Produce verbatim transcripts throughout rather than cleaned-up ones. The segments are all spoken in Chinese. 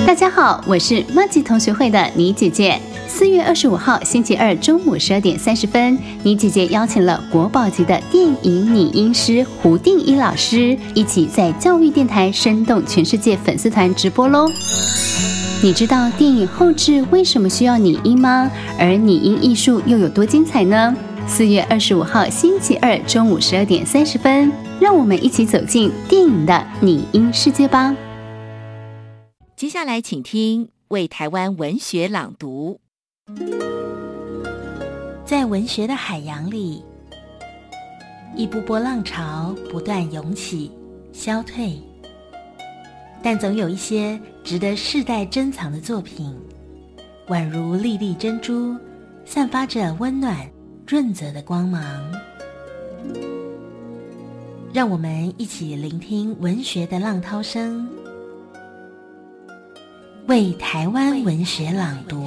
大家好，我是麻吉同学会的倪姐姐。四月二十五号星期二中午十二点三十分，倪姐姐邀请了国宝级的电影拟音师胡定一老师，一起在教育电台生动全世界粉丝团直播咯。你知道电影后制为什么需要拟音吗？而拟音艺术又有多精彩呢？四月二十五号星期二中午十二点三十分，让我们一起走进电影的拟音世界吧。 接下来请听为台湾文学朗读。在文学的海洋里，一波波浪潮不断涌起消退，但总有一些值得世代珍藏的作品，宛如粒粒珍珠，散发着温暖润泽的光芒。让我们一起聆听文学的浪涛声，为台湾文学朗读。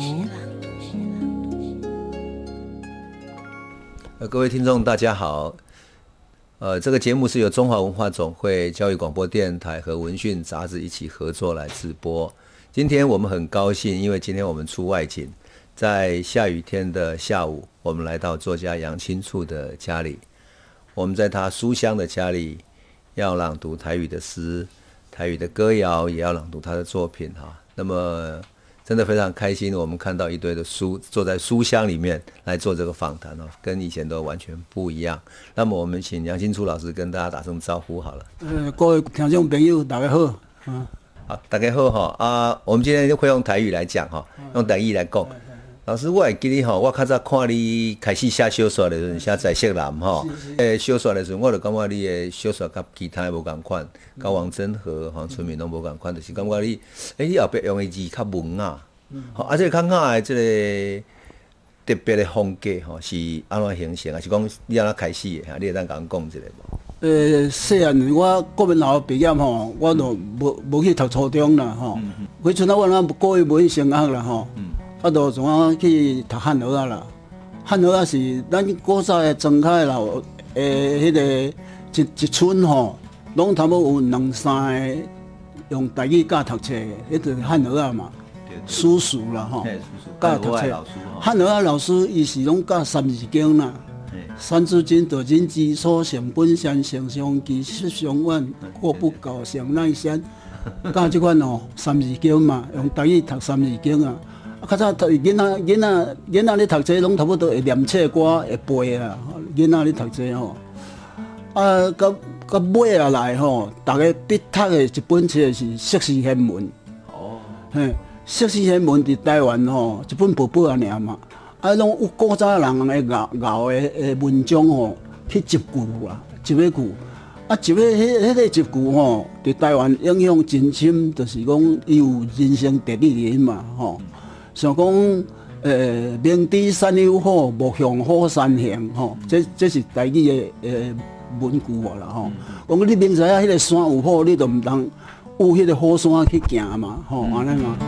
呃，各位听众大家好，呃，这个节目是由中华文化总会教育广播电台和文讯杂志一起合作来直播。今天我们很高兴，因为今天我们出外景，在下雨天的下午，我们来到作家杨青处的家里。我们在他书香的家里，要朗读台语的诗、台语的歌谣，也要朗读他的作品哈。那么真的非常开心，我们看到一堆的书坐在书香里面来做这个访谈哦，跟以前都完全不一样。那么我们请杨青处老师跟大家打声招呼好了。 呃，各位听众朋友，大家好。嗯， 好，大家好哈啊！我们今天就会用台语来讲哈，用台语来讲。老师，我会记得吼，我较早看你开始写小说的时候，写在色男吼，诶，小说的时候，我就感觉你的小说甲其他无共款，甲王真和、黄春明拢无共款，就是感觉你，诶，你后壁用的字较文雅，吼、嗯，啊，这个较雅的这个特别的风格吼，是安怎形成？还是讲你安怎开始的？你会当甲我讲一下无？ 诶，细汉我国民校毕业吼，我就无无去读初中啦吼，迄阵啊，我那国语文升学啦吼。嗯啊，就怎啊去读汉学啊啦？汉学啊是咱古早的庄脚啦，诶，迄个一一村吼，拢差不多有两三个用台语教读册，迄就是汉学啊嘛，叔叔啦吼，教读册。汉学啊老师伊是拢教三字经啦，三字经、道经、基础、成本善、成上基、失上万、过不搞、上乃善，教即款吼三字经嘛，用台语读三字经啊。啊，较早囡仔囡仔囡仔咧读册，拢差不多会念册歌会背啊。囡仔咧读册吼，啊，到到尾啊来吼，大家必读的一本册是《硕士宪文》。哦，嘿，《硕士宪文》伫台湾吼，一本薄薄啊尔嘛，啊，拢有古早人的熬熬的的文章吼，去集句啦，集个句。啊，集个迄迄个集句吼，伫台湾影响真深，就是讲伊有人生地理的嘛吼。像讲，呃，明知山有虎，莫向虎山行，吼，这这是台语的呃文句啦，吼。讲、嗯、你明知啊，迄个山有虎，你就唔通有迄个虎山去行嘛，吼，安尼嘛。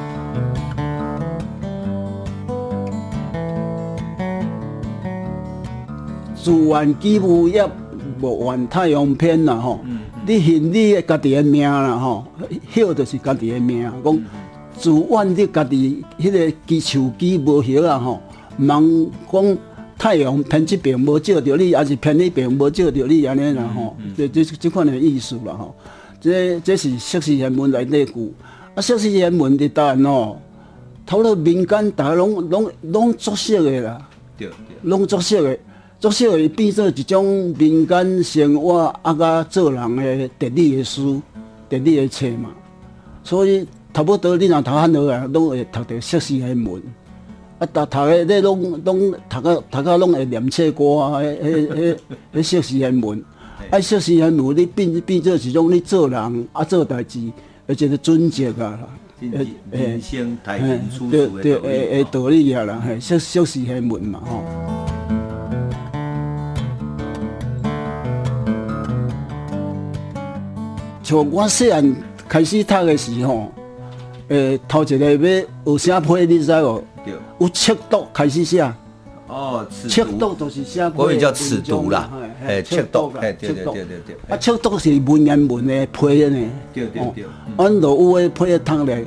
自怨己无业，莫怨太阳偏啦，吼、嗯。你恨你家己的命啦，吼，晓就是家己的命，讲。自怨你家己迄个基树基无叶啊吼，毋通讲太阳偏这边无照着你，还是偏那边无照着你安尼啦吼。这这这款的意思啦吼。这这是硕士宪文内底句。啊，硕士宪文伫台湾吼，头了民间大家拢拢拢作写的啦，对对，拢作写的，作写的变做一种民间生活啊，甲做人的地理的书、地理的册嘛，所以。差不多你若读汉学啊，拢会读到硕士宪文，啊，读读个咧拢拢读个读个拢会念册歌啊，迄迄迄迄硕士宪文，啊，硕士宪文你变变做一种你做人啊做代志，而且是准则啊， 人生台前处处的对对道理啊啦，嘿，硕硕士宪文嘛吼。像我细汉开始读的时候。诶，头一个要有啥批，你知无？有尺度开始写。 哦， 尺度就是写。 国语叫尺度啦，诶，尺度，诶，对对对对对。 啊，尺度是文言文的批呢。 对对对。 阮就有诶批读咧，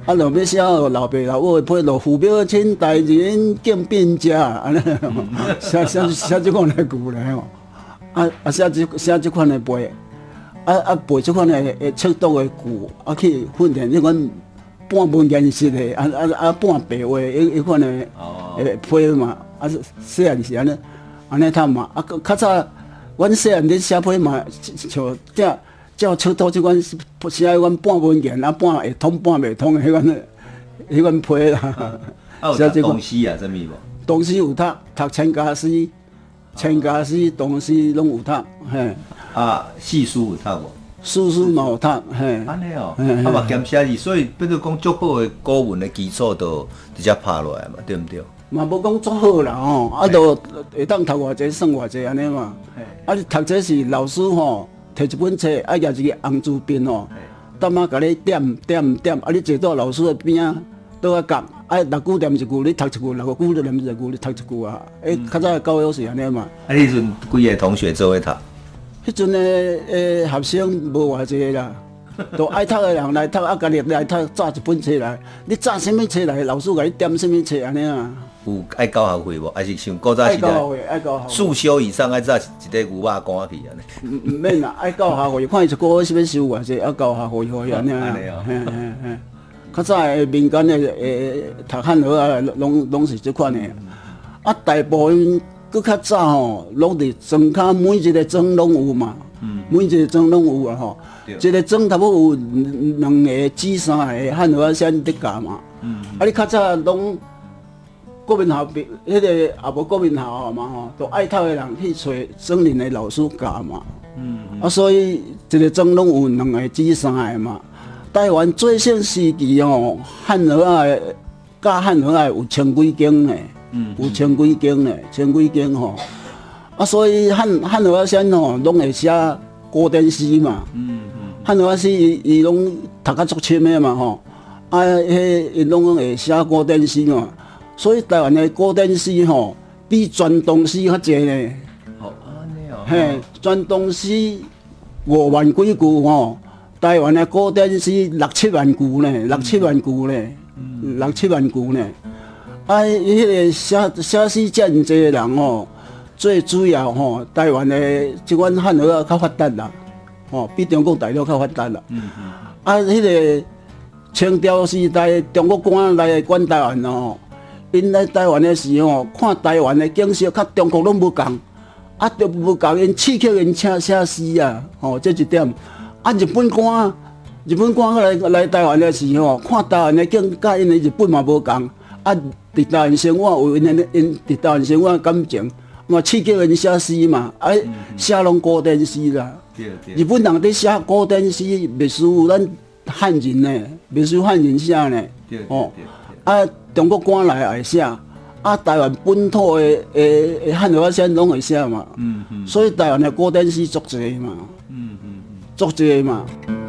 啊，就要写老爸老母的批落父表亲大人敬宾家，安尼写写写这款的句咧吼。啊啊，写这写这款的背，啊啊背这款的诶尺度的句，啊去训练迄款半文言式的，啊啊啊半白话迄迄款的诶批嘛，啊细汉是安尼安尼读嘛，啊较早阮细汉咧写批嘛，像这照尺度这款写迄款半文言啊半会通半袂通的迄款迄款批啦。 啊有读唐诗啊，什么无？ 唐诗有读，读千家诗。千家诗、唐诗拢有读，嘿。 啊，四书有读无？ 四书嘛有读，嘿。 安尼哦，啊嘛兼写字，所以比如讲足好的古文的基础都直接拍落来嘛，对毋对？ 嘛无讲足好啦吼，啊，都会当读偌济算偌济安尼嘛。啊，你读这是老师吼，摕一本册，啊，举一个红字边吼，当啊甲你点点点，啊，你坐到老师的边啊。倒啊讲，啊六句念一句，你读一句；六句念一句，你读一句啊。诶，较早教育是安尼嘛。 啊，迄阵几个同学做伙读？ 迄阵诶诶学生无偌济啦，都爱读诶人来读，啊家己来读，炸一本册来。你炸什么册来？老师甲你点什么册安尼啊？ 有爱交学费无？还是像古早时代？ 爱交学费，爱交学费。 速修以上爱早一块牛肉干去安尼。 毋免啦，爱交学费，看伊一个月是要收偌济，啊交学费互伊安尼啊。 嘿嘿嘿。较早诶民间诶诶读汉学啊，拢拢是即款诶。啊，大部分搁较早吼，拢伫庄骹每一个庄拢有嘛，每一个庄拢有啊吼。一个庄差不多有两个至三个汉学先得教嘛。啊，你较早拢国民校毕，迄个也无国民校嘛吼，都爱读诶人去找庄里诶老师教嘛。啊，所以一个庄拢有两个至三个嘛。台湾最盛时期哦，汉学啊，教汉学啊有千几间呢，有千几间呢，千几间吼。啊，所以汉汉学啊先吼，拢会写古典诗嘛。汉学啊诗伊伊拢读较足深的嘛吼，啊，迄伊拢会写古典诗嘛。所以台湾的古典诗吼，比传统诗较济呢。 哦，安尼哦。 嘿，传统诗五万几句吼。台湾的古典诗六七万句呢，六七万句呢，嗯、六七万句呢。啊，迄个写写诗遮尔济人吼，最主要吼，台湾的即款汉学啊较发达啦，吼，比中国大陆较发达啦。嗯嗯。啊，迄、那个清朝时代中国官来管台湾吼，因来台湾的时候，看台湾的景色，甲中国拢无共，啊，都无共，因刺激因请写诗啊，吼，这一点。啊，日本官，日本官来来台湾的时候，看台湾的景，甲因的日本嘛无共。啊，伫台湾生活有因的因伫台湾生活感情，嘛刺激因写诗嘛，啊，写拢古典诗啦。日本人伫写古典诗，袂输咱汉人呢，袂输汉人写呢。哦，啊，中国官来也会写，啊，台湾本土的诶诶汉学先拢会写嘛。嗯嗯。所以台湾的古典诗足侪嘛。嗯嗯。足济嘛，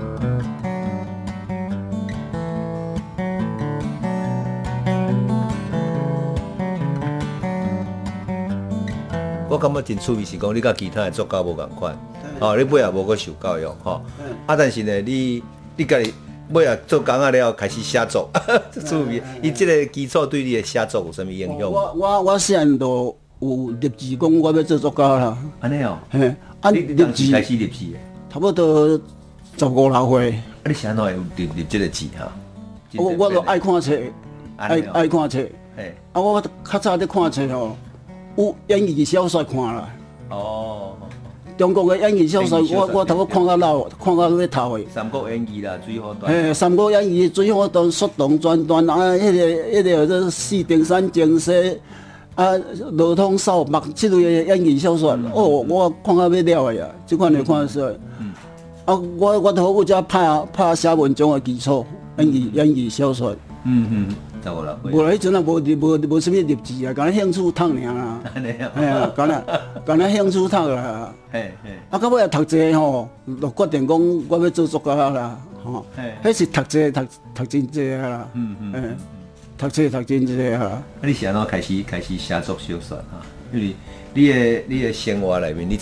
我感觉真趣味是讲，你甲其他的作家无共款，哦，你尾也无搁受教育吼，啊，但是呢，你你家己尾也做工啊了，开始写作，趣味。伊即个基础对你的写作有啥物影响？ 我我我细汉都有立志讲我要做作家啦。 安尼哦， 嘿，啊， 你立志开始立志的。 差不多十五六岁。 啊，你啥会有立立这个字哈？ 我我都爱看册，爱爱看册。 嘿， 啊，我较早咧看册吼，有演义小说看啦。 哦。 中国的演义小说，我我头看到老，看到要头的。 三国演义啦，水滸传。 嘿，三国演义、水滸传、雪洞传传啊，迄个迄个四顶山精西啊，罗通少目这类的演义小说，哦，我看到要了的呀，这款的看出来。啊，我我头我才拍拍写文章的基础，演义演义小说。 嗯嗯，十五六岁。 无啦，迄阵啊，无无无啥物立志啊，干那兴趣读尔啦。 安尼啊。 嘿啊，干那干那兴趣读啦。嘿嘿。啊，到尾也读册吼，就决定讲我要做作家啦，吼。嘿。迄是读册读读真济啊啦。嗯嗯。嘿，读册读真济啊。啊， 你是安怎开始开始写作小说哈？因为你的你的生活内面，你知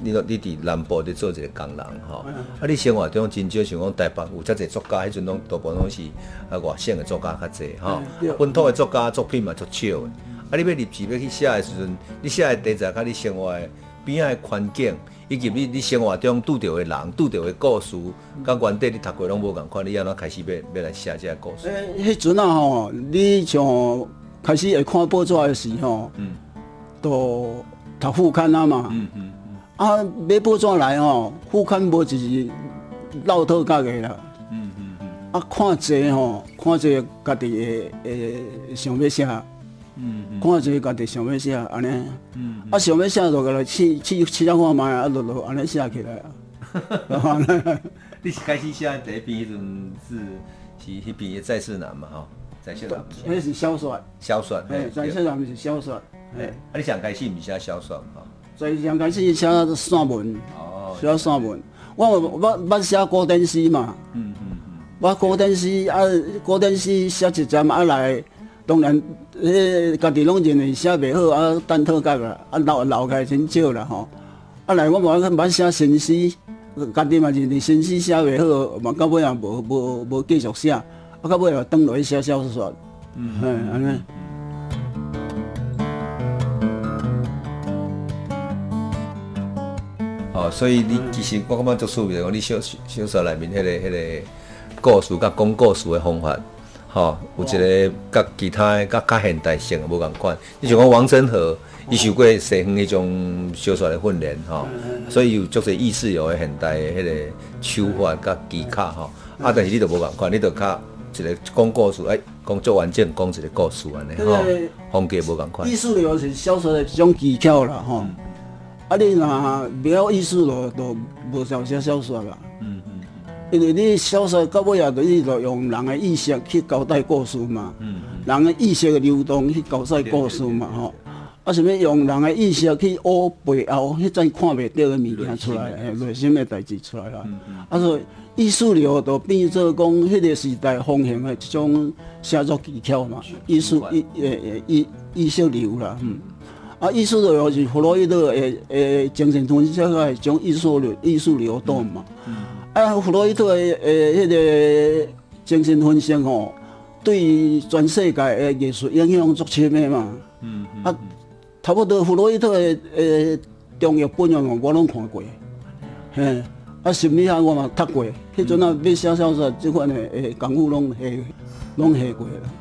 你你伫南部伫做一个工人吼，啊，你生活中真少像讲台北有遮济作家，迄阵拢大部分拢是啊外省的作家较济吼，本土的作家作品嘛足少的。啊，你要立志要去写的时阵，你写的题材甲你生活的边仔的环境，以及你你生活中拄到的人、拄到的故事，甲原底你读过拢无共款，你安怎开始要要来写这个故事？ 诶，迄阵啊吼，你像开始会看报纸的时候，嗯，都读副刊啊嘛，嗯嗯嗯，啊买报纸来吼，副刊无就是绕套角的啦，嗯嗯嗯，啊看济吼，看济家己会会想要写。嗯，嗯看一个家己想要写安尼，嗯，啊想要写就来试试试下看卖，啊就就安尼写起来啊。 你是开始写第一篇迄阵是是迄篇《在世男》嘛吼，在世男。 迄是小说。小说， 嘿，在世男是小说。 嘿，啊你上开始毋是写小说吼？ 在上开始写散文。哦。写散文，我我我写古典诗嘛。嗯嗯嗯。我古典诗啊，古典诗写一针啊来。当然，迄家己拢认为写袂好，啊等讨角啦，啊留留起来真少啦吼。啊来，我无捌写新诗，家己嘛认为新诗写袂好，嘛到尾也无无无继续写，啊到尾也转落去写小说。嗯，嘿，安尼。 哦，所以你其实我感觉足趣味，讲你小小说内面迄、那个迄、那个故事甲讲故事的方法。吼，有一个甲其他的、甲较现代性的无共款。你像讲王真和，伊受过西方迄种小说的训练，吼，所以有足侪意识流的现代的迄个手法甲技巧，吼。啊，但是你就无共款，你就较一个讲故事，哎，讲足完整，讲一个故事安尼，吼，风格无共款。 意识流是小说的一种技巧啦，吼。啊，你若袂晓意识流，就无像写小说啦。嗯。因为你小说到尾啊，你就用人的意识去交代故事嘛，嗯、人的意识的流动去交代故事嘛，吼。啊，想要用人的意识去挖背后迄种看袂到的物件出来，诶，内心的代志出来啦。嗯嗯、啊，所以意识流就变做讲迄个时代风行的一种写作技巧嘛，意识意诶意意识流啦，嗯。啊，意识流是弗洛伊德诶诶精神分析个一种艺术流艺术流动嘛。嗯啊，弗洛伊德诶诶，迄个精神分析吼，对全世界诶艺术影响足深诶嘛。嗯嗯。啊，差不多弗洛伊德诶诶中药本源我拢看过，嘿。啊，心理学我嘛读过，迄阵啊要写小说，即款诶诶功夫拢下拢下过啦。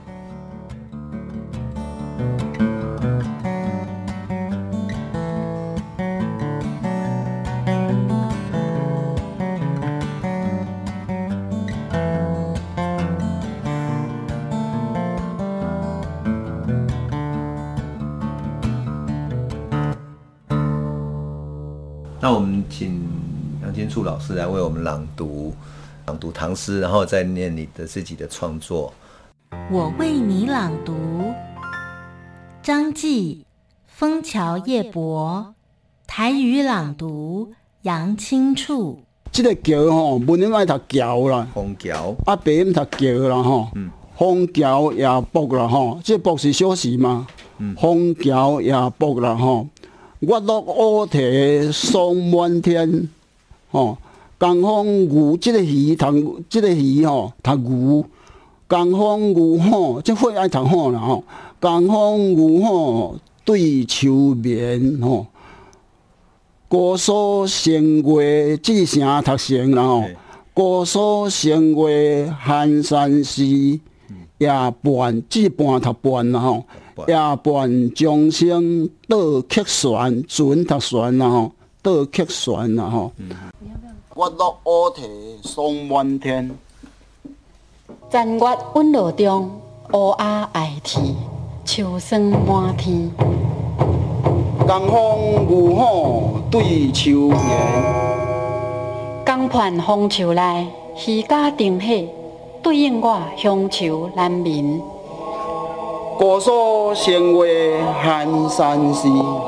那我们请杨金柱老师来为我们朗读朗读唐诗，然后再念你的自己的创作。 我为你朗读张继枫桥夜泊，台语朗读杨青处。 这个桥吼，文言爱读桥啦， 枫桥啊，白音读桥啦吼。嗯。枫桥夜泊啦吼，这泊是小时嘛。嗯。枫桥夜泊啦吼。月落乌啼霜满天，吼！江风牛，即、这个鱼读，即、这个鱼吼读牛。江风牛吼，即会爱读吼啦吼。江风牛吼对秋眠吼。姑苏城月，至城读成啦吼。姑苏城月寒山寺，夜半至半读半啦吼。夜半钟声倒客船，船读船啦吼，倒客船啦吼。月落乌啼霜满天， 残月温柔中，乌鸦爱啼，秋霜满天。 江风牛吼对秋眠， 江畔枫树内，渔家灯火，对应我乡愁难眠。 姑苏城月寒山寺，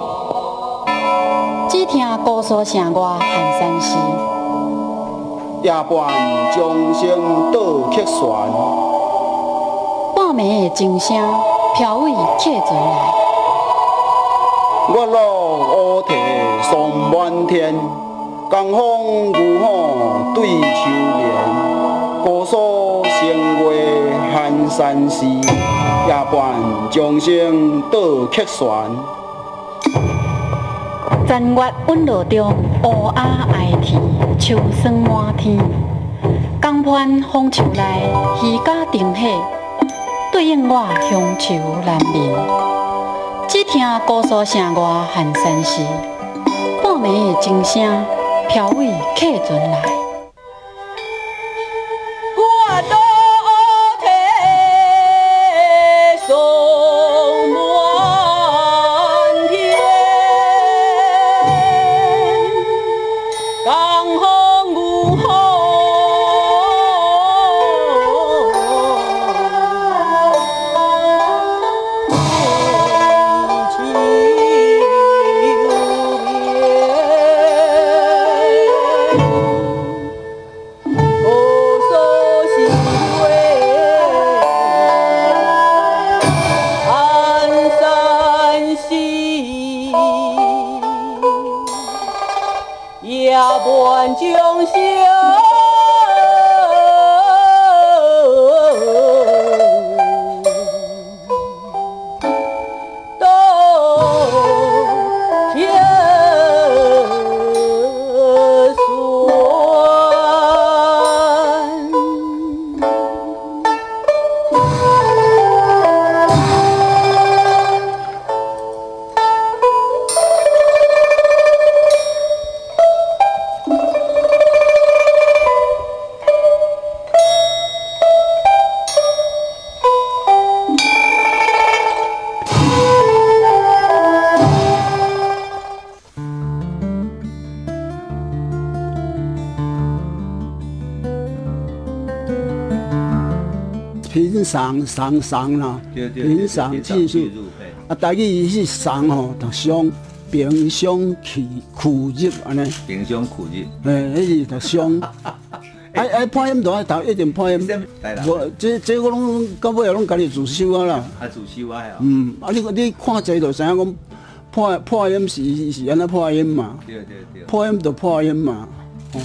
只听姑苏城外寒山寺。 夜半钟声倒客船， 半暝的钟声飘尾客船来。 月落乌啼霜满天，江风渔火对秋眠。姑苏生月寒山寺，夜半钟声倒客船。 残月温热中，乌鸦哀啼，秋霜满天。江畔风树内，鱼家灯火，对影我乡愁难眠。只听姑苏城外寒山寺，半暝的钟声飘尾客船来。 平常常常啦，平常技术啊，台语是常吼，就伤平常去苦入安尼。 平常苦入， 嘿，迄是就伤。哎哎，破音都爱读，一定破音。无，这这我拢到尾啊，拢家己自修啊啦。 啊，自修啊哦。 嗯，啊你你看这就知影讲破破音是是安怎破音嘛？ 对对对。 破音就破音嘛，哦。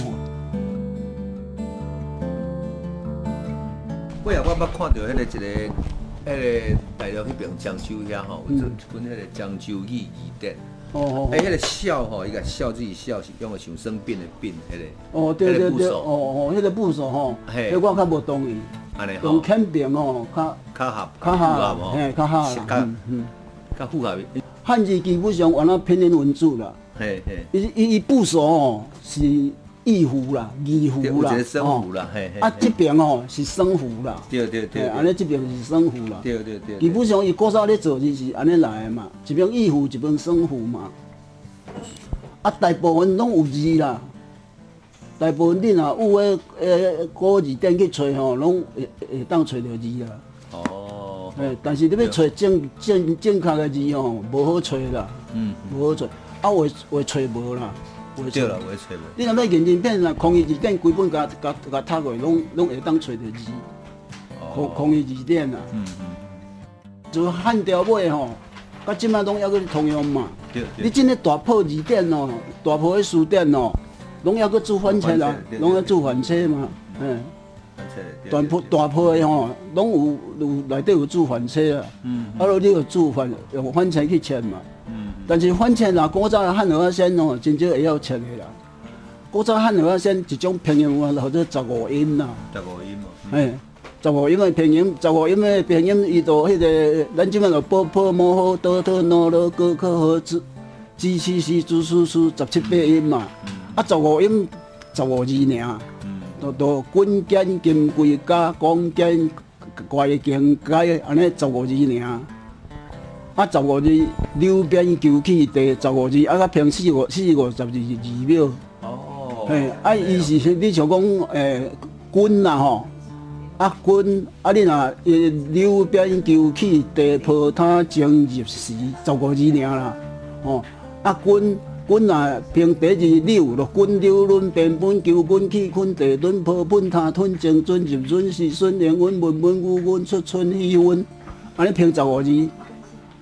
尾啊，我捌看到迄个一个，迄个大陆迄边漳州遐吼，有做一本迄个漳州语字典。 哦哦。 哎，迄个笑吼，伊个笑自己笑是用个像生病的病，迄个。 哦对对对，哦哦，迄个部首吼，迄我较无同意。安尼吼。用肯定吼，较较合， 较合，嘿，较合啦。 较嗯，较符合。 汉字基本上原来拼音文字啦。嘿嘿。伊伊伊部首吼是。意符啦，字符啦， 哦， 啊，这边哦是声符啦， 对对对， 安尼这边是声符啦， 对对对， 基本上伊古早咧做字是安尼来的嘛，一边意符，一边声符嘛，啊，大部分拢有字啦，大部分你若有迄诶古字典去找吼，拢会会当找到字啦。哦，诶，但是你要找正正正确的字吼，无好找啦，嗯，无好找，啊，会会找无啦。 对啦，我找无。 你若要认真片啦，空语字典规本甲甲甲读过，拢拢会当找到字。空空语字典啦，嗯嗯，就汉朝尾吼，到即摆拢还阁通用嘛。对对。你真个大破字典哦，大破的书典哦，拢还阁做翻册啦，拢还做翻册嘛，嗯。大破大破的吼，拢有有内底有做翻册啊。嗯。啊，落你有做翻用翻册去签嘛。但是翻册啦，古早的汉和先哦，真少会晓签的啦。古早汉和先一种拼音啊，或者十五音啦。 十五音嘛。 嘿，十五音的拼音，十五音的拼音，伊就迄个，咱即摆就波波摩诃哆哆哆哆哥可和子，支支支支支支十七八音嘛。啊，十五音十五字尔。嗯。都都滚剑金龟甲光剑怪剑解，安尼十五字尔。啊，十五字流边求起第十五字，啊，甲平四五四五十字字秒。哦。嘿，啊，伊是你像讲诶，军啦吼，啊军，啊你若流边求起第破他正入时十五字尔啦。哦，啊军军若平第二溜，就军溜轮变本求本起坤地轮破本他吞正准入准是顺连稳稳稳武稳出春喜稳，安尼平十五字。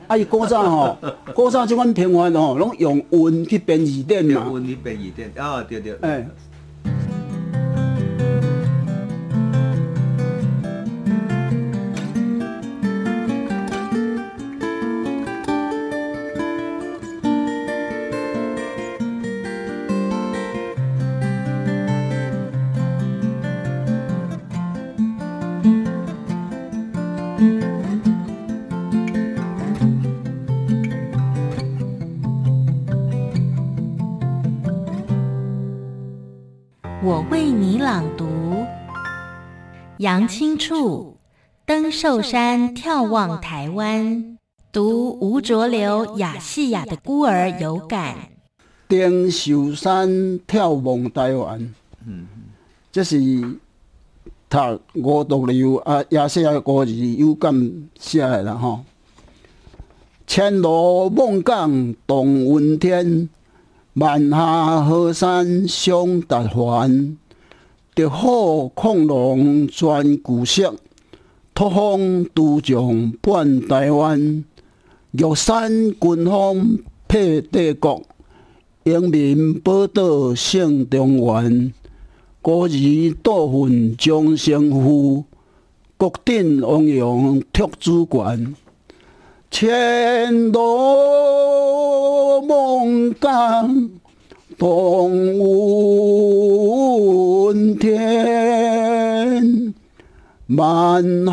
啊，伊古早吼，古早即款平凡吼，拢用韵去编字典嘛。 用韵去编字典，啊，对对。 哎。 我为你朗读。杨清处登寿山眺望台湾，读吴浊流亚细亚的孤儿有感。 登寿山眺望台湾，嗯，这是读吴浊流啊亚细亚的孤儿有感写的啦吼。千罗梦港动云天，万下河山相达还。着好恐龙全古色，拓荒都将半台湾。玉山军方配帝国，英民宝岛胜中原。孤儿倒份将成父，国顶王洋托主权。千罗梦港动云天，万下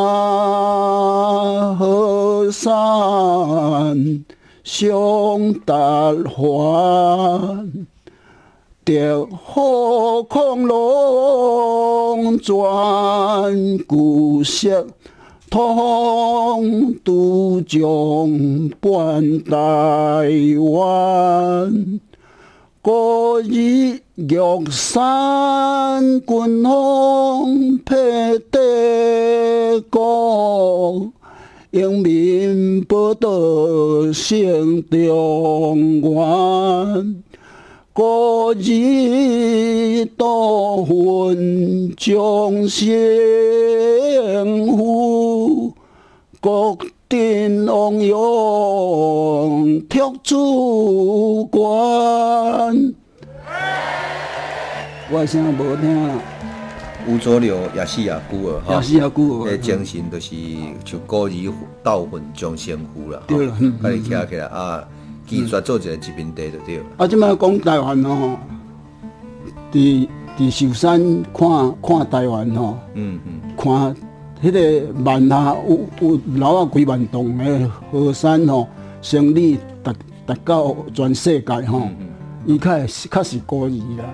河山相达还。着好恐龙全古色，拓荒都将半台湾。孤儿玉山军方配帝国，英民宝岛胜中原。孤儿倒份将成父，国顶王洋托主权。我的声无听啦。 吴浊流亚细亚孤儿哈， 亚细亚孤儿的精神就是像孤儿倒份将成父啦。 对啦， 嗯，啊，你听起来啊。记住做一个殖民地就对了。 啊，即摆讲台湾吼，伫伫寿山看看台湾吼，嗯嗯，看迄个万下有有楼啊几万栋的河山吼，生理达达到全世界吼，伊较较是孤儿啦。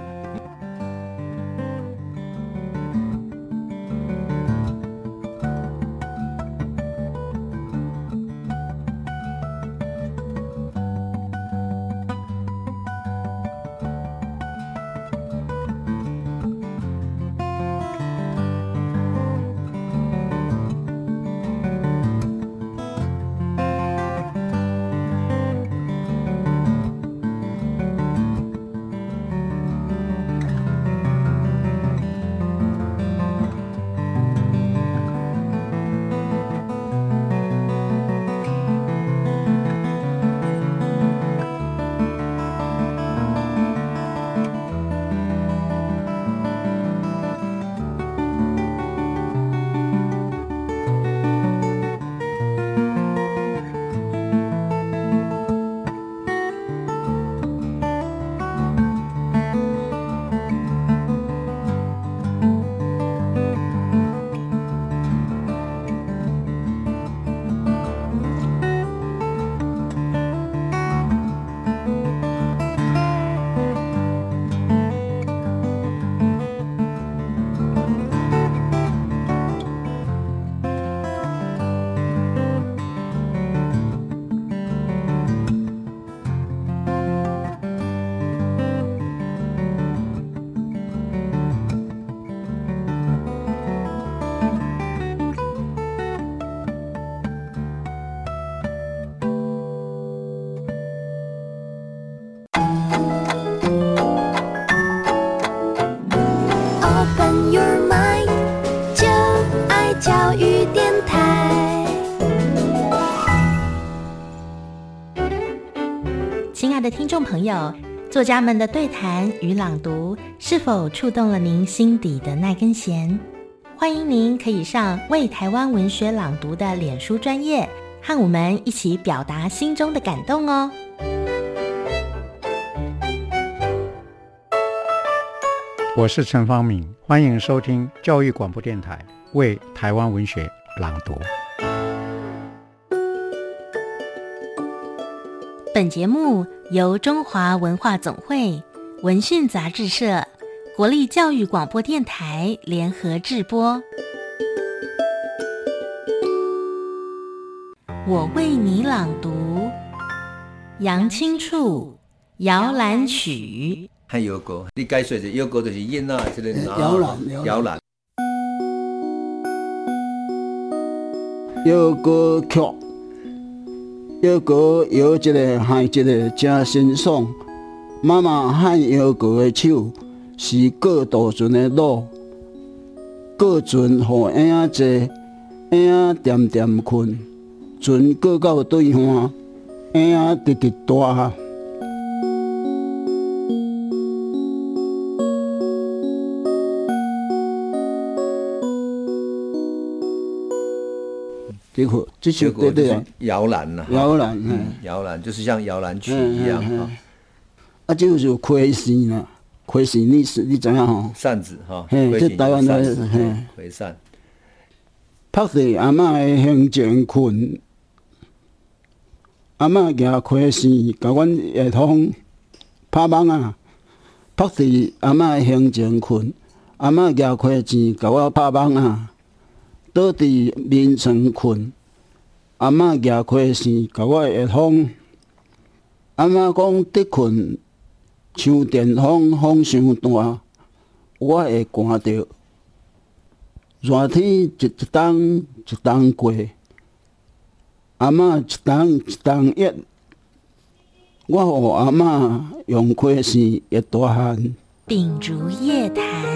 的听众朋友，作家们的对谈与朗读是否触动了您心底的那根弦？欢迎您可以上为台湾文学朗读的脸书专页，和我们一起表达心中的感动哦。 我是陈芳敏，欢迎收听教育广播电台为台湾文学朗读。 本节目由中华文化总会、文讯杂志社、国立教育广播电台联合制播。我为你朗读杨清处摇篮曲。 还摇歌，你解说者摇歌就是囡仔这个摇篮， 摇篮。 摇歌曲。摇歌摇一个喊一个真辛爽，妈妈喊摇歌的手是过渡船的路，过船互婴仔坐，婴仔点点困，船过到对岸，婴仔直直大。这个这首对对啊， 摇篮呐， 摇篮， 嗯，摇篮就是像摇篮曲一样哈。 啊，这个就葵扇啦，葵扇你是你知影吼？ 扇子哈， 嘿，这台湾的嘿， 葵扇。 拍在阿嬷的胸前困，阿嬷举葵扇，甲阮儿童拍网啊。拍在阿嬷的胸前困，阿嬷举葵扇，甲我拍网啊。倒伫眠床困，阿嬷举葵扇，甲我会风。阿嬷讲得困，像电风风伤大，我会寒着。热天一一冬一冬过，阿嬷一冬一冬热，我互阿嬷用葵扇热大汉。 秉烛夜谈。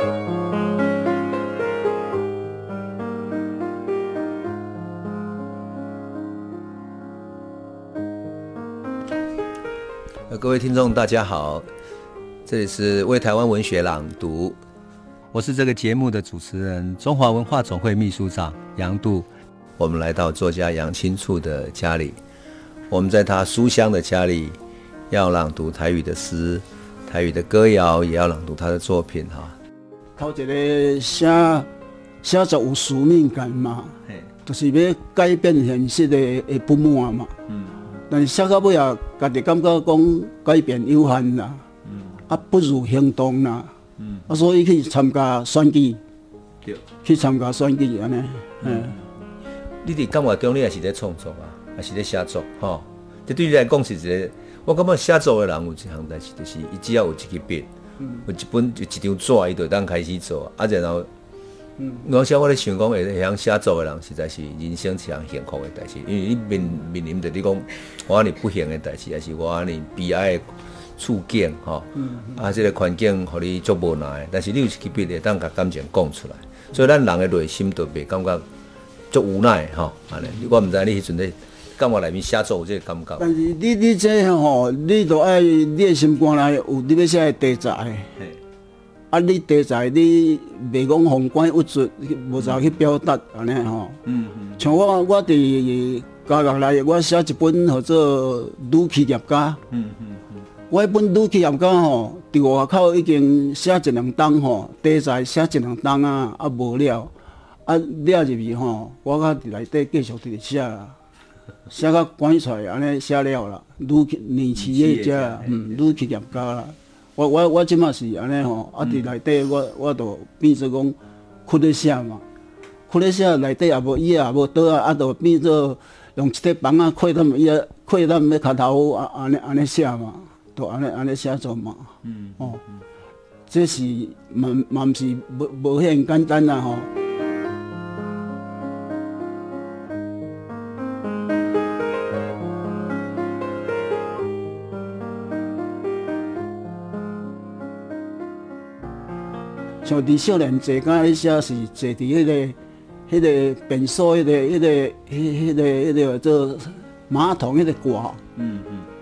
各位听众大家好，这里是为台湾文学朗读，我是这个节目的主持人，中华文化总会秘书长杨度。我们来到作家杨清处的家里，我们在他书香的家里要朗读台语的诗，台语的歌谣，也要朗读他的作品哈。 头一个写写作有使命感嘛，就是要改变现实的的不满嘛。嗯，但是写到尾啊，家己感觉讲改变有限啦，嗯、啊不如行动啦，嗯、啊所以去参加选举，对，去参加选举安尼，嗯。 你伫感觉中，你也是在创作啊，还是在写作？吼、哦，这对你来讲是一个，我感觉写作的人有一项代志，就是伊只要有一支笔，嗯、有一本就一张纸，伊就当开始做，啊然后，嗯，我想我咧想讲，会会晓写作的人，实在是人生一项幸福的代志，因为你面面临着你讲我安尼不幸的代志，还是我安尼悲哀的处境，吼、哦，嗯嗯、啊，这个环境互你足无奈，但是你有一支笔，会当把感情讲出来，所以咱人的内心就袂感觉。足无奈吼，安尼，我毋知你迄阵咧感觉内面写作有这个感觉。 但是你你这吼，你都爱你的心肝内有你要写的题材，啊，你题材你袂讲宏观郁卒，无啥去表达安尼吼。嗯嗯。像我我伫家学内，我写一本叫做《女企业家》。嗯嗯嗯。我迄本《女企业家》吼，伫外口已经写一两档吼，题材写一两档啊，啊无了。啊，了入去吼，我较伫内底继续伫写啦，写到关出来安尼写了啦，女女企业家，嗯，女企业家啦。我我我即马是安尼吼，啊伫内底我我著变做讲窟咧写嘛，窟咧写内底也无椅也无桌啊，啊著变做用一块板啊块咱伊啊块咱咧骹头啊安尼安尼写嘛，著安尼安尼写作嘛。嗯哦，这是嘛嘛毋是无无遐简单啦吼。像伫少年坐甲迄写是坐伫迄个、迄个便所、迄个、迄个、迄、迄个、迄个做马桶迄个挂，嗯嗯，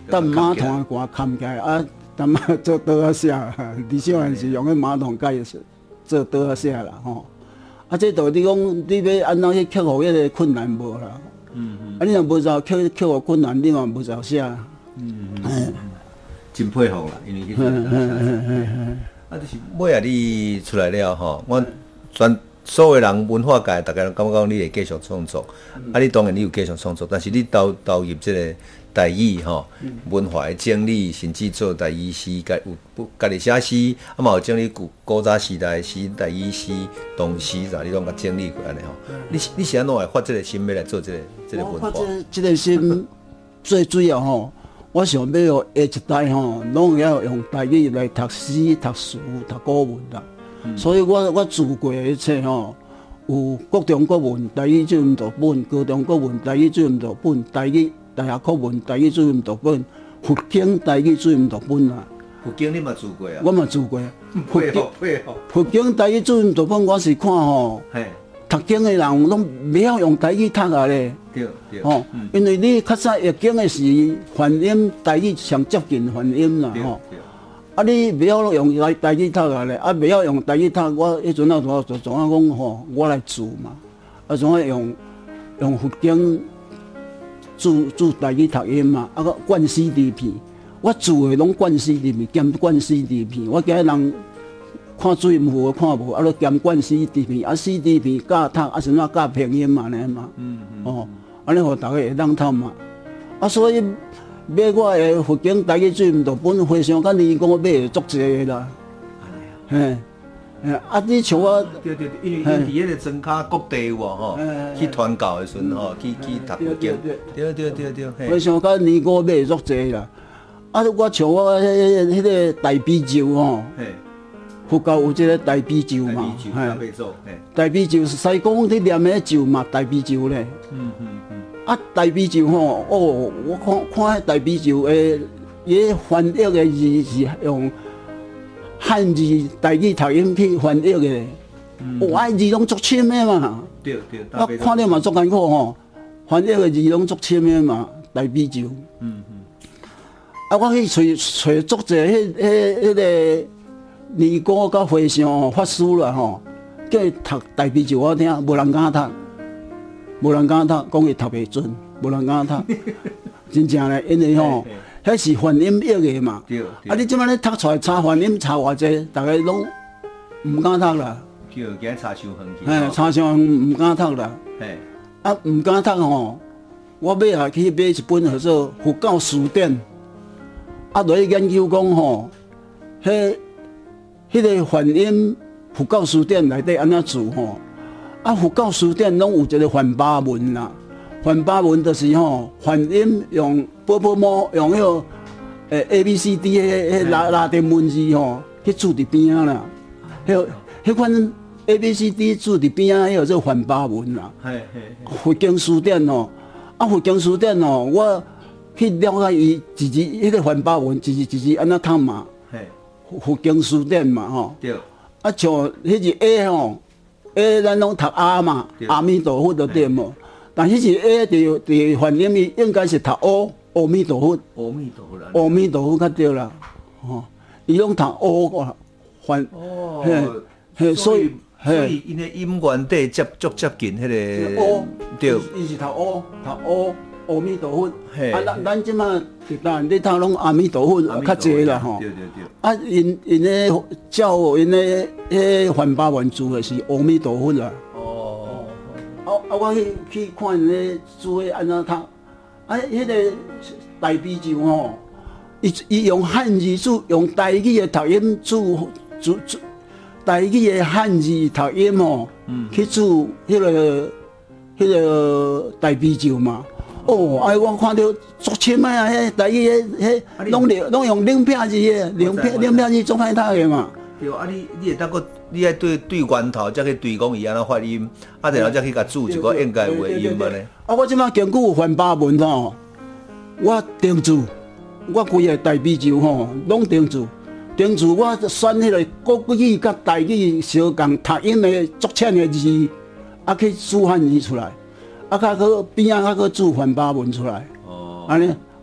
等马桶挂扛起来啊，等马做刀啊写啦。李小汉是用个马桶盖做刀啊写啦吼。啊，这道理讲，你要安怎去克服迄个困难无啦？嗯嗯。啊，你若无知克克服困难，你嘛无知写。嗯嗯。 真佩服啦，因为迄个。嗯嗯嗯嗯。啊，就是尾啊，你出来了吼，我全所有人文化界，大家感觉你会继续创作。啊，你当然你有继续创作，但是你投投入这个台语吼文化的整理，甚至做台语诗，家有不家己写诗，啊嘛有整理古古早时代的诗、台语诗、唐诗啥，你拢甲整理过安尼吼。你你是安怎会发这个心要来做这个这个文化？ 我发这这个心最主要吼，我想要下一代吼，拢要用台语来读诗、读书、读古文啦。所以我我做过的一切吼，有国中国文、台语主音读本；高中国文、台语主音读本；台语大学国文、台语主音读本；福建台语主音读本啦。 福建你嘛做过啊？ 我嘛做过。 福建配合。 福建台语主音读本，我是看吼，读经的人拢不晓用台语读啊咧。 对对。 吼，因为你较早译经的是梵音，台语上接近梵音啦吼。啊！你不要用台台语读啊咧，啊，不要用台语读，我迄阵啊，就就怎啊讲吼，我来做嘛，啊，怎啊用用福建做做台语读音嘛，啊个灌 C D 片，我做的拢灌 C D 片，兼灌 C D 片，我惊人看水无看无，啊，都兼灌 C D 片，啊 C D 片教读，啊，甚啊教拼音嘛呢嘛，嗯嗯，哦，安尼互大家会当读嘛，啊，所以。买我的福建台语主音读本，非常甲你讲，买的足济的啦。嘿，嘿，啊，你像我， 对对对，因为因伫迄个庄卡各地有吼，去传教的时阵吼，去去读福建，对对对对。 非常甲你讲买的足济啦。啊，我像我迄迄个大啤酒吼，佛教有即个大啤酒嘛， 嘿， 大啤酒是西公伫念的酒嘛，大啤酒咧。嗯嗯嗯。啊，大啤酒吼，哦，我看看迄大啤酒诶，伊翻译的字是用汉字台语读音去翻译的，哦，啊字拢足深的嘛。 对对。 我看了嘛足艰苦吼，翻译的字拢足深的嘛，大啤酒。嗯嗯。啊，我去找找足者迄迄迄个尼姑甲和尚法师啦吼，叫伊读大啤酒我听，无人敢读。无人敢读，讲伊读袂准，无人敢读，真正嘞，因为吼，迄是梵音译的嘛。对。啊，你即摆咧读出来查梵音查偌济，大家拢唔敢读啦。 叫惊查伤远去。 嘿，查伤远唔敢读啦。嘿。啊，唔敢读吼，我买下去买一本叫做《佛教词典》，啊，落去研究讲吼，迄迄个梵音佛教词典内底安怎做吼？啊，佛教词典拢有一个梵巴文啦，梵巴文就是吼，梵音用波波摩用迄个诶 A B C D 迄迄拉拉丁文字吼，去注伫边仔啦。迄迄款 A B C D 注伫边仔，迄个做梵巴文啦。系系。佛经词典吼，啊佛经词典吼，我去了解伊一字迄个梵巴文一字一字安怎读嘛。系。佛经词典嘛吼。对。啊像迄个 A 吼。A 咱拢读阿嘛，阿弥陀佛就对无。但迄是 A 伫伫梵音伊应该是读阿，阿弥陀佛。 阿弥陀佛啦。 阿弥陀佛较对啦，吼，伊拢读阿梵。 哦。嘿，所以所以因个音源底接足接近迄个。 阿。对。伊是读阿，读阿。阿弥陀佛，啊，咱咱即马伫咱咧读拢阿弥陀佛较济啦吼。对对对。啊，因因咧照因咧迄梵巴文字的是阿弥陀佛啦。哦。啊啊，我去去看因咧做诶安怎读，啊，迄个大啤酒吼，伊伊用汉字做，用台语的读音做做做台语的汉字读音吼，去做迄个迄个大啤酒嘛。哦，哎，我看到足深的啊！迄台语迄迄拢拢用冷片字的，冷片冷片字足歹读的嘛。 对啊，你你会当个，你爱对对源头，才去对讲伊安怎发音，啊，然后才去甲注一个应该有的音嘛呢。 啊，我即摆根据有梵巴文吼，我定住，我规个大啤酒吼，拢定住，定住我选迄个国语甲台语相共读音的足浅的字，啊去煮汉字出来。啊，甲个边仔甲个注梵巴文出来，哦，安尼，啊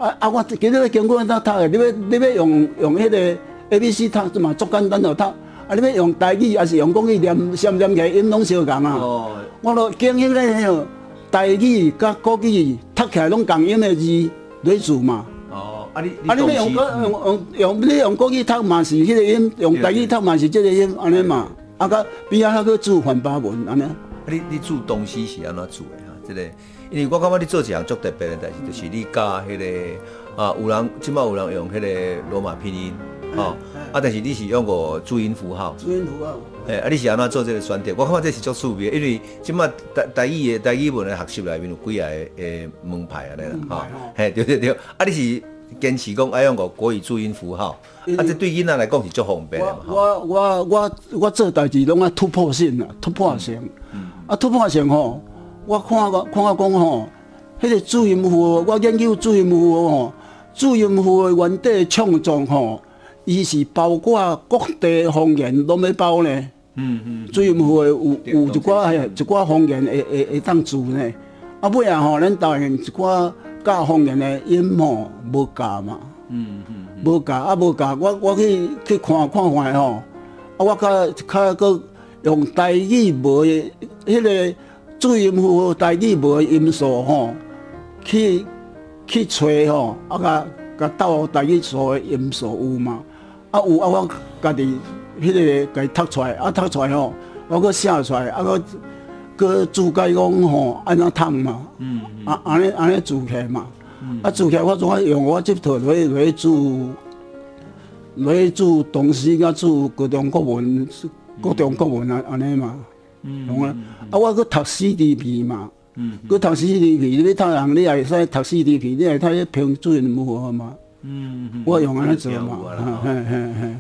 啊啊！我今日经过那读的，你要你要用用迄个 A B C 读，嘛足简单就读。啊，你要用台语还是用国语念，念念起来音拢相共啊。哦。我著经迄个台语甲国语读起来拢共音的字为主嘛。哦。啊你啊你要用用用用你用国语读嘛是迄个音，用台语读嘛是即个音，安尼嘛。啊，甲边仔还佫煮番巴文安尼。啊你你煮东西是安怎煮的哈？即个。因为我感觉你做一项足特别的代志，就是你教迄个啊，有人即摆有人用迄个罗马拼音，吼，啊，但是你是用个注音符号。 注音符号。 诶，啊，你是安怎做这个选择？我感觉这是足趣味，因为即摆台台语的台语文的学习内面有几个诶门派安尼啦，吼，嘿，对对对，啊，你是坚持讲爱用个国语注音符号，啊，这对囡仔来讲是足方便的嘛。 我我我我做代志拢爱突破性啊，突破性，啊，突破性吼。我看个看我讲吼，迄个注音符，我研究注音符吼，注音符的原底创作吼，伊是包括各地方言拢要包呢。嗯嗯。注音符的有有一寡系一寡方言会会会当做呢。啊尾啊吼，咱台湾一寡教方言的音吼无教嘛。嗯嗯。无教啊无教，我我去去看看看吼，啊我较较个用台语无的迄个。注音符台语无的音素吼，去去找吼，啊甲甲斗台语所的音素有嘛？啊有啊，我家己迄个家读出来，啊读出来吼，我搁写出来，啊搁搁注解讲吼安怎读嘛？嗯，啊安尼安尼注起来嘛？啊注起来我怎啊用我这套落落注落注东西，甲注各种国文，各种国文啊安尼嘛？嗯，懂啊！啊，我搁读 C D P 嘛，嗯，搁读 C D P， 你要读人，你也会使读 C D P， 你会读迄评注音符号嘛，嗯，我用安尼做嘛，嘿嘿嘿。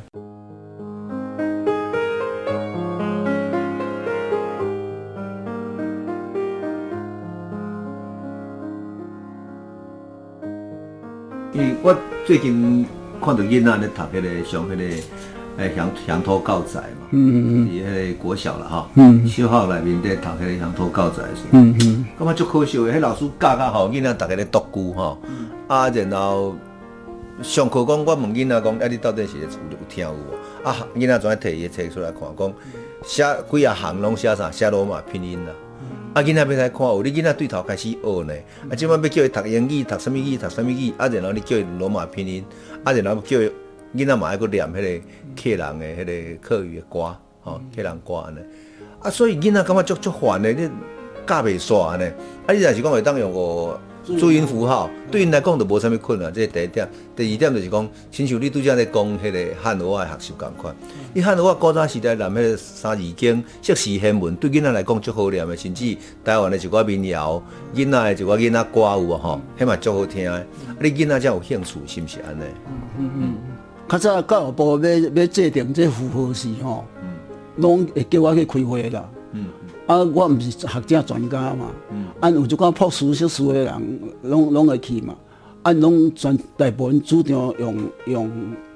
因为我最近看到囡仔咧读迄个上迄个。诶，乡乡土教材嘛，嗯嗯是迄个国小啦吼，嗯，小学内面在读迄个乡土教材时，嗯嗯，感觉足可惜的，迄老师教教好，囡仔逐个咧读句吼，啊，然后上课讲，我问囡仔讲，啊，你到底是有有听有无？啊，囡仔怎样摕伊个册出来看，讲写几啊行拢写啥，写罗马拼音啦，啊，囡仔要来看，有你囡仔对头开始学呢，啊，即摆要叫伊读英语，读什么语，读什么语，啊，然后你叫伊罗马拼音，啊，然后叫伊。囡仔嘛爱搁念迄个客人的迄个客语的歌，吼，客人歌安尼。啊，所以囡仔感觉足足烦的，你教袂煞安尼。啊，你若是讲会当用个注音符号，对因来讲就无啥物困难。这是第一点。第二点就是讲，亲像你拄则咧讲迄个汉话的学习共款。你汉话古早时代念迄个三字经、释字宪文，对囡仔来讲足好念的，甚至台湾的一寡民谣，囡仔的一寡囡仔歌有无吼，迄嘛足好听的。啊，你囡仔才有兴趣，是毋是安尼？嗯嗯嗯。 较早教育部要要制定这符号时吼，拢会叫我去开会啦。嗯，啊，我毋是学者专家嘛，嗯，啊有一寡博士、硕士的人，拢拢会去嘛。啊，拢全大部分主张用用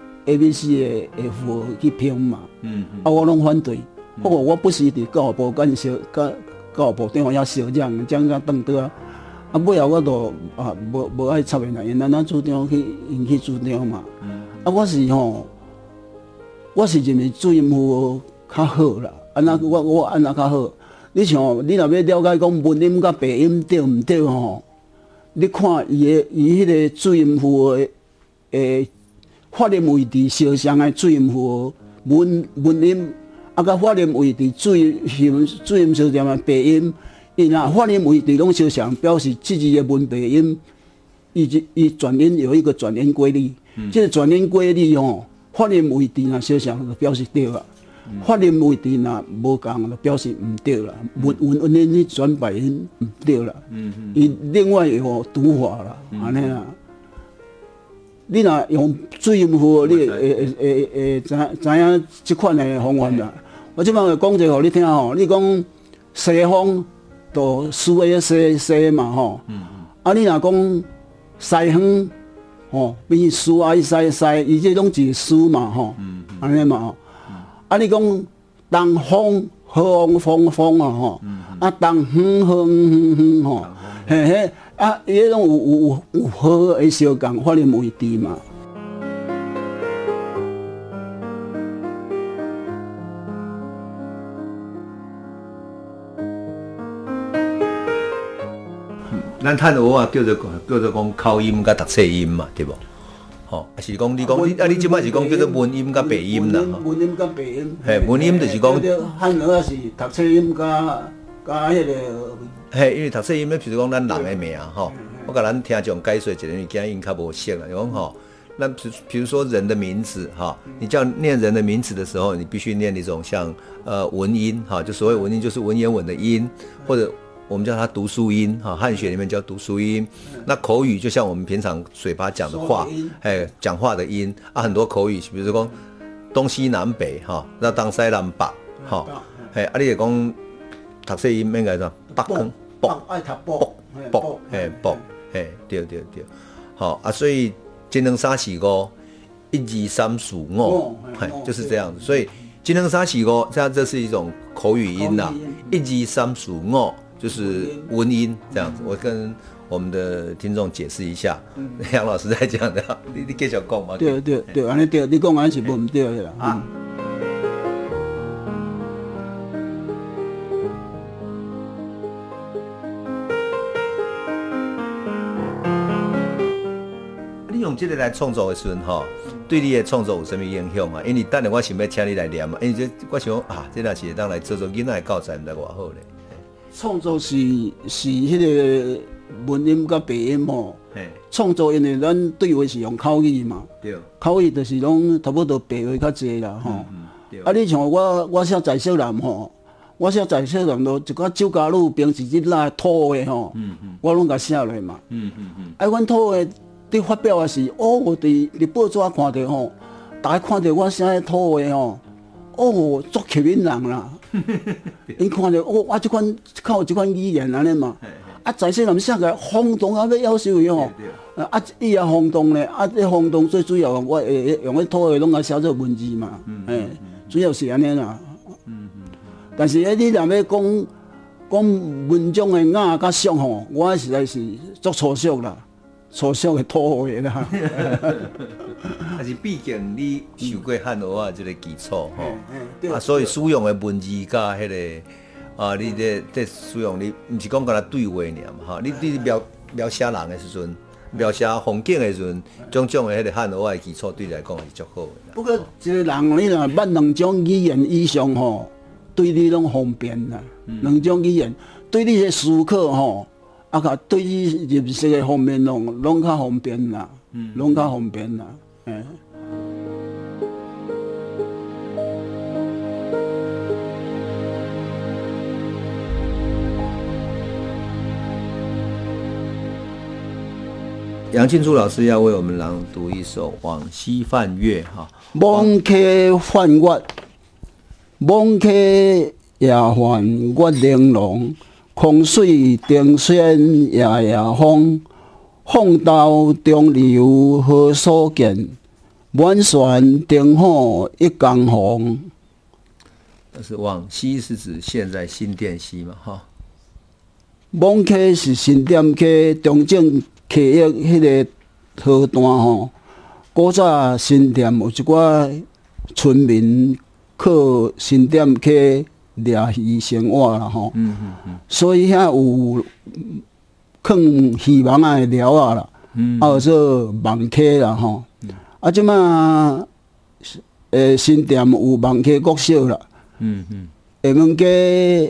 A B C 的的符号去拼嘛。嗯，啊，我拢反对。不过我不时伫教育部跟小跟教育部顶遐小讲讲甲当倒啊。啊，尾后我都啊无无爱插言啦，因咱咱主张去因去主张嘛。嗯。啊，我是吼，我是认为注音符较好啦。安那我我安那较好。你像你若要了解讲文音甲白音对毋对吼？你看伊个伊迄个注音符诶诶发音位置相像诶注音符文文音，啊甲发音位置注音注音相像诶白音，伊若发音位置拢相像，表示即字诶文白音，伊伊转音有一个转音规律。嗯、这个转音规律吼，发音位置若相像，就表示对啦；嗯、发音位置若无共，就表示唔对啦。文文文音你转白音唔对啦。伊、嗯、另外有读法啦，安尼啦。你若用注音符，你会会会会知知影即款的方法啦。我即摆会讲者互你听吼，你讲西方就思维西西嘛吼，嗯、啊你若讲西方。吼，比书啊，伊西西，伊这拢是书嘛，吼，安尼嘛，啊，你讲东风风风风啊，吼，啊，东风风风风吼，嘿嘿， 啊，伊迄种有有有好的小工，法律为治嘛。 咱汉学啊叫做叫做讲口音甲读册音嘛，对无？吼、哦，是讲你讲你啊，你即摆是讲叫做文音甲白音啦。 文音甲白音。 嘿，文音就是讲。 汉学啊是读册音甲甲迄个。 嘿，因为读册音咧，譬如讲咱人的名吼，我甲咱听众解说一个物件，因较无熟啦。讲吼，那比比如说人的名字哈，你叫念人的名字的时候，你必须念一种像呃文音哈，就所谓文音就是文言文的音，或者。我们叫它读书音哈，汉学里面叫读书音。那口语就像我们平常嘴巴讲的话，哎，讲话的音啊，很多口语，比如说讲东西南北哈，那东西南北哈，哎，啊，你也讲读册音应该怎？北跟北， 爱读北， 北，哎，北，哎，对对对，好啊，所以一两三四五，一二三四五，哎，就是这样子。所以一两三四五，这样这是一种口语音呐，一二三四五。就是文音这样子，我跟我们的听众解释一下，杨老师在讲的，你你继续讲嘛。 对对对，安尼对，你讲安是无唔对的啦。啊。 你用这个来创作的时候，哈，对你的创作有什么影响啊？因为等下我想要请你来念嘛，因为这我想啊，这若是当来做做囡仔的教材，唔知偌好咧。 创作是是迄个文音甲白音吼，创作因为咱对话是用口语嘛，对，口语就是拢差不多白话较济啦吼。嗯、啊，你像我我写在小人吼，我写在小人都一寡酒家女平时日来土话吼，嗯嗯、我拢甲写落嘛。嗯嗯嗯。啊，阮土话伫发表的是，哦，我伫伫报纸看到吼，大家看到我写的土话吼，哦，足吸引人啦。因看到哦，我即款靠即款语言安尼嘛，啊，在细人写个轰动啊，要夭寿伊吼，啊，伊也轰动咧，啊，这轰动最主要我会用迄土话拢甲写做文字嘛，诶，主要是安尼啦。但是你若要讲讲文章的雅甲俗吼，我实在是足粗俗啦。粗俗的土话啦， 但是毕竟你受过汉学啊，这个基础吼，啊，所以使用的文字甲迄个啊，你这这使用你，唔是讲干那对话尔嘛，哈，你你描描写人的时阵，描写风景的时阵，种种的迄个汉学的基础对你来讲是足好的。 不过一个人你若捌两种语言以上吼，对你拢方便啦，两种语言对你的思考吼。啊，甲对于认识的方面拢拢较方便啦，拢较方便啦，诶。 杨庆珠老师要为我们朗读一首《往昔泛月》哈。 往溪泛月，往溪也泛月玲珑。空水定轩夜夜风，风道中流何所见？满船灯火一江红。 但是往西是指现在新店溪嘛，哈。 往溪是新店溪中正溪域迄个河段吼。古早新店有一寡村民靠新店溪。掠鱼生活啦吼，嗯嗯嗯、所以遐有放鱼网啊寮啊啦，嗯、啊做网溪啦吼，嗯、啊即马诶新店有网溪国小啦，嗯嗯，下门街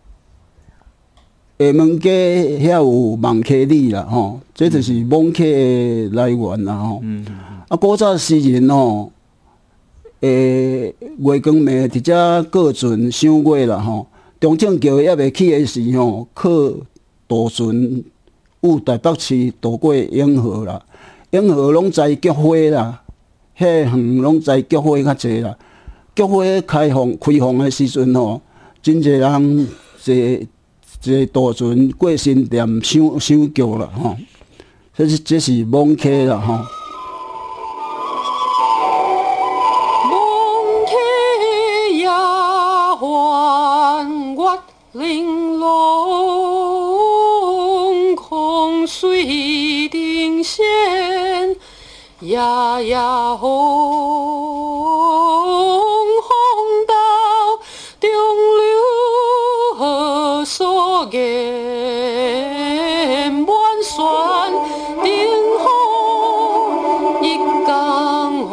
下门街遐有网溪里啦吼，这就是网溪来源啦吼，嗯嗯、啊古早诗人吼。诶，月光暝伫遮过船赏月啦吼，中正桥还未起的时吼，靠渡船赴台北市渡过永和啦，永和拢栽菊花啦，迄远拢栽菊花较济啦。菊花开放开放的时阵吼，真侪人坐坐渡船过新店赏赏菊啦吼，这是这是网溪啦吼。 玲珑空水呀呀风，风到中流河所言，满船灯火一江红。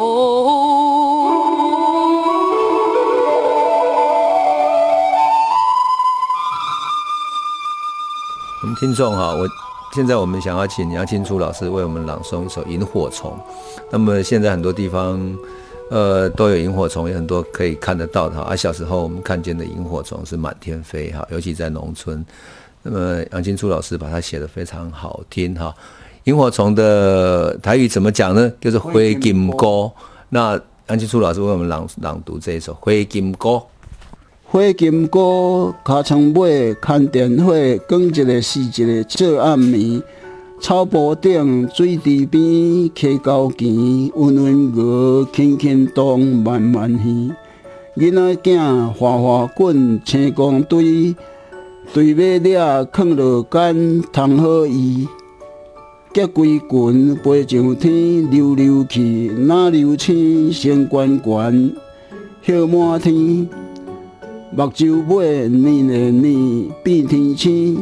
我们听众哈，我现在我们想要请杨庆初老师为我们朗诵一首《萤火虫》。那么现在很多地方，呃，都有萤火虫，有很多可以看得到的哈。而、啊、小时候我们看见的萤火虫是满天飞哈，尤其在农村。那么杨庆初老师把它写得非常好听哈。萤火虫的台语怎么讲呢？就是花金菇。那杨庆初老师为我们朗朗读这一首《花金菇》。 花金菇，尻川尾，牵电火，光一个是一个做暗暝。草坡顶，水池边，溪沟墘，温温鹅，轻轻动，慢慢飞。囡仔囝滑滑滚，青光堆，对尾了放落干，通好伊。结规群，飞上天，溜溜去，哪溜青，升悬悬，叶满天。目睭尾，年年年，变天星。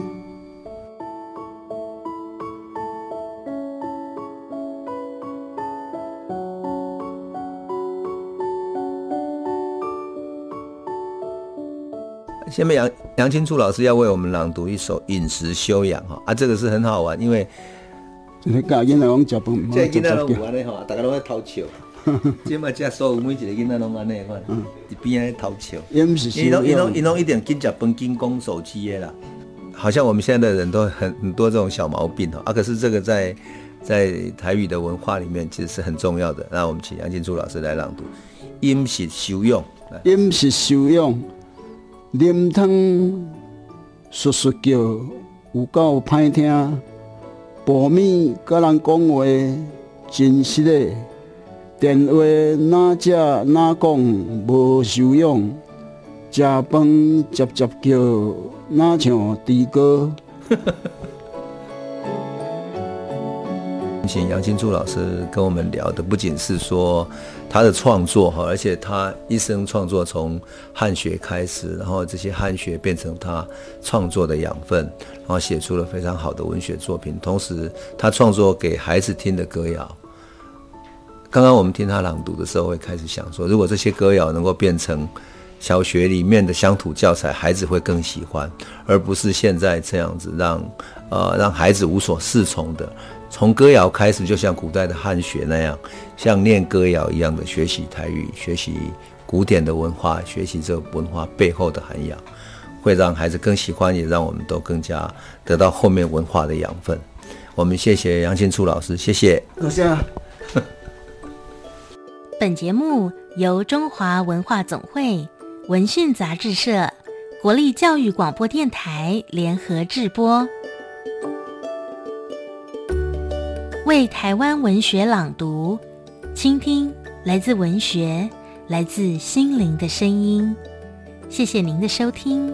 下面杨杨庆初老师要为我们朗读一首《饮食修养》哈啊，这个是很好玩，因为你教囡仔讲食饭， 这囡仔拢有安尼吼，大家拢在偷笑。即马遮所有每一个囡仔拢安尼款，一边在偷笑。 饮食修养， 伊拢伊拢一定紧食饭、紧讲手机的啦。好像我们现在的人都很很多这种小毛病哈啊，可是这个在在台语的文化里面其实是很重要的。那我们请杨庆初老师来朗读《饮食修养》。 饮食修养。啉汤簌簌叫，有够歹听。薄面甲人讲话真实的，电话哪食哪讲无修养。食饭接接叫，哪像猪哥。 请杨庆初老师跟我们聊的不仅是说他的创作哈，而且他一生创作从汉学开始，然后这些汉学变成他创作的养分，然后写出了非常好的文学作品。同时，他创作给孩子听的歌谣，刚刚我们听他朗读的时候，会开始想说，如果这些歌谣能够变成小学里面的乡土教材，孩子会更喜欢，而不是现在这样子让呃让孩子无所适从的。从歌谣开始，就像古代的汉学那样，像念歌谣一样的学习台语，学习古典的文化，学习这文化背后的涵养，会让孩子更喜欢，也让我们都更加得到后面文化的养分。我们谢谢杨庆初老师，谢谢。 多谢。 本节目由中华文化总会、文讯杂志社、国立教育广播电台联合制播。为台湾文学朗读，倾听来自文学、来自心灵的声音。谢谢您的收听。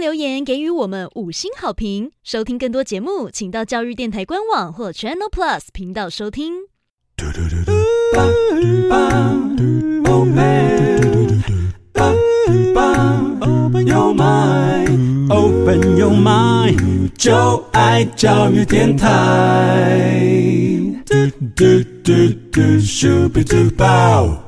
留言给予我们五星好评。收听更多节目，请到教育电台官网或 Channel Plus 频道收听。 Open your mind, open your mind， 就爱教育电台。嘟嘟嘟嘟，咻比嘟爆。